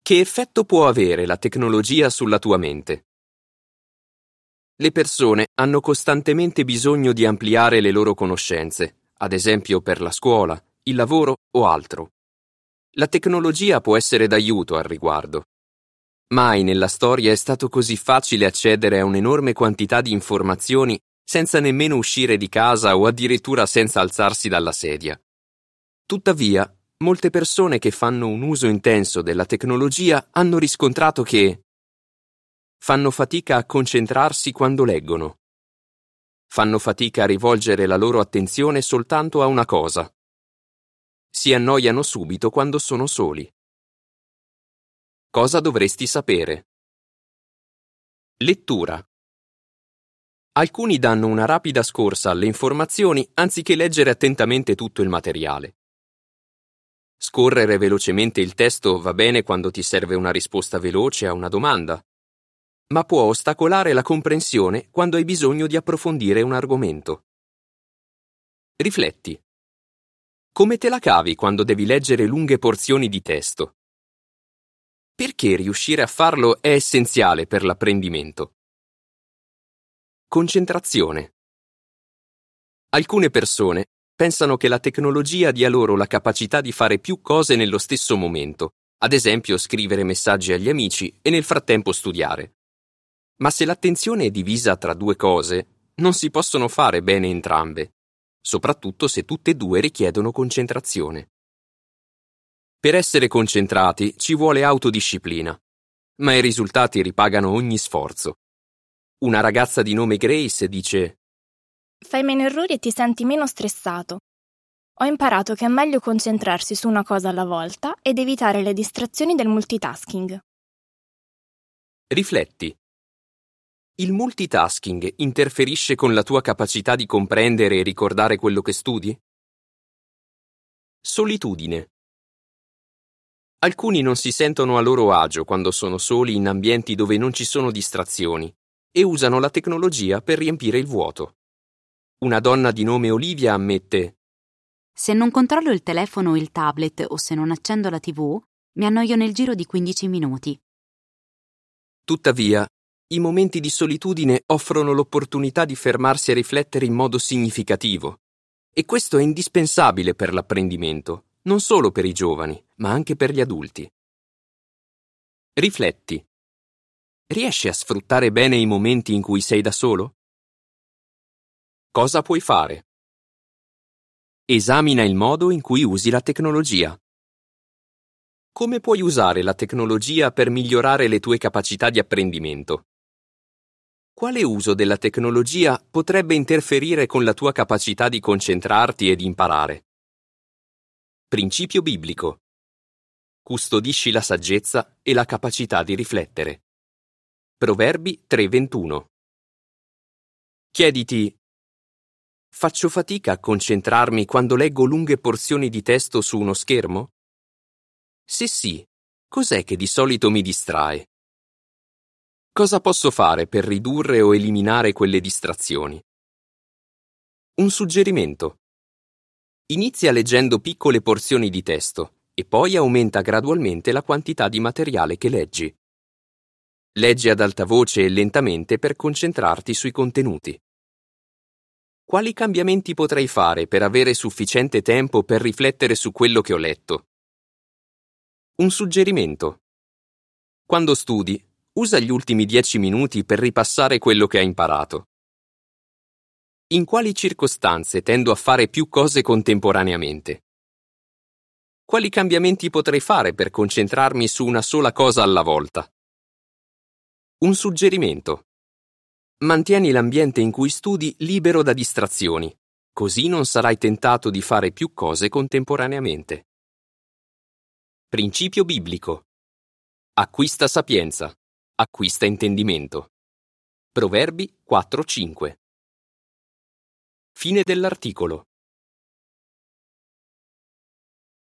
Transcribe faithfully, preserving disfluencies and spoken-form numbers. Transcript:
Che effetto può avere la tecnologia sulla tua mente? Le persone hanno costantemente bisogno di ampliare le loro conoscenze, ad esempio per la scuola, il lavoro o altro. La tecnologia può essere d'aiuto al riguardo. Mai nella storia è stato così facile accedere a un'enorme quantità di informazioni senza nemmeno uscire di casa o addirittura senza alzarsi dalla sedia. Tuttavia, molte persone che fanno un uso intenso della tecnologia hanno riscontrato che fanno fatica a concentrarsi quando leggono. Fanno fatica a rivolgere la loro attenzione soltanto a una cosa. Si annoiano subito quando sono soli. Cosa dovresti sapere? Lettura. Alcuni danno una rapida scorsa alle informazioni anziché leggere attentamente tutto il materiale. Scorrere velocemente il testo va bene quando ti serve una risposta veloce a una domanda, ma può ostacolare la comprensione quando hai bisogno di approfondire un argomento. Rifletti. Come te la cavi quando devi leggere lunghe porzioni di testo? Perché riuscire a farlo è essenziale per l'apprendimento. Concentrazione. Alcune persone pensano che la tecnologia dia loro la capacità di fare più cose nello stesso momento, ad esempio scrivere messaggi agli amici e nel frattempo studiare. Ma se l'attenzione è divisa tra due cose, non si possono fare bene entrambe, soprattutto se tutte e due richiedono concentrazione. Per essere concentrati ci vuole autodisciplina, ma i risultati ripagano ogni sforzo. Una ragazza di nome Grace dice: Fai meno errori e ti senti meno stressato. Ho imparato che è meglio concentrarsi su una cosa alla volta ed evitare le distrazioni del multitasking. Rifletti. Il multitasking interferisce con la tua capacità di comprendere e ricordare quello che studi? Solitudine. Alcuni non si sentono a loro agio quando sono soli in ambienti dove non ci sono distrazioni e usano la tecnologia per riempire il vuoto. Una donna di nome Olivia ammette: Se non controllo il telefono o il tablet o se non accendo la tivù, mi annoio nel giro di quindici minuti. Tuttavia, i momenti di solitudine offrono l'opportunità di fermarsi a riflettere in modo significativo, e questo è indispensabile per l'apprendimento, non solo per i giovani, ma anche per gli adulti. Rifletti. Riesci a sfruttare bene i momenti in cui sei da solo? Cosa puoi fare? Esamina il modo in cui usi la tecnologia. Come puoi usare la tecnologia per migliorare le tue capacità di apprendimento? Quale uso della tecnologia potrebbe interferire con la tua capacità di concentrarti e di imparare? Principio biblico. Custodisci la saggezza e la capacità di riflettere. Proverbi tre ventuno. Chiediti: faccio fatica a concentrarmi quando leggo lunghe porzioni di testo su uno schermo? Se sì, cos'è che di solito mi distrae? Cosa posso fare per ridurre o eliminare quelle distrazioni? Un suggerimento. Inizia leggendo piccole porzioni di testo e poi aumenta gradualmente la quantità di materiale che leggi. Leggi ad alta voce e lentamente per concentrarti sui contenuti. Quali cambiamenti potrei fare per avere sufficiente tempo per riflettere su quello che ho letto? Un suggerimento. Quando studi, usa gli ultimi dieci minuti per ripassare quello che hai imparato. In quali circostanze tendo a fare più cose contemporaneamente? Quali cambiamenti potrei fare per concentrarmi su una sola cosa alla volta? Un suggerimento. Mantieni l'ambiente in cui studi libero da distrazioni, così non sarai tentato di fare più cose contemporaneamente. Principio biblico. Acquista sapienza, acquista intendimento. Proverbi quattro cinque. Fine dell'articolo.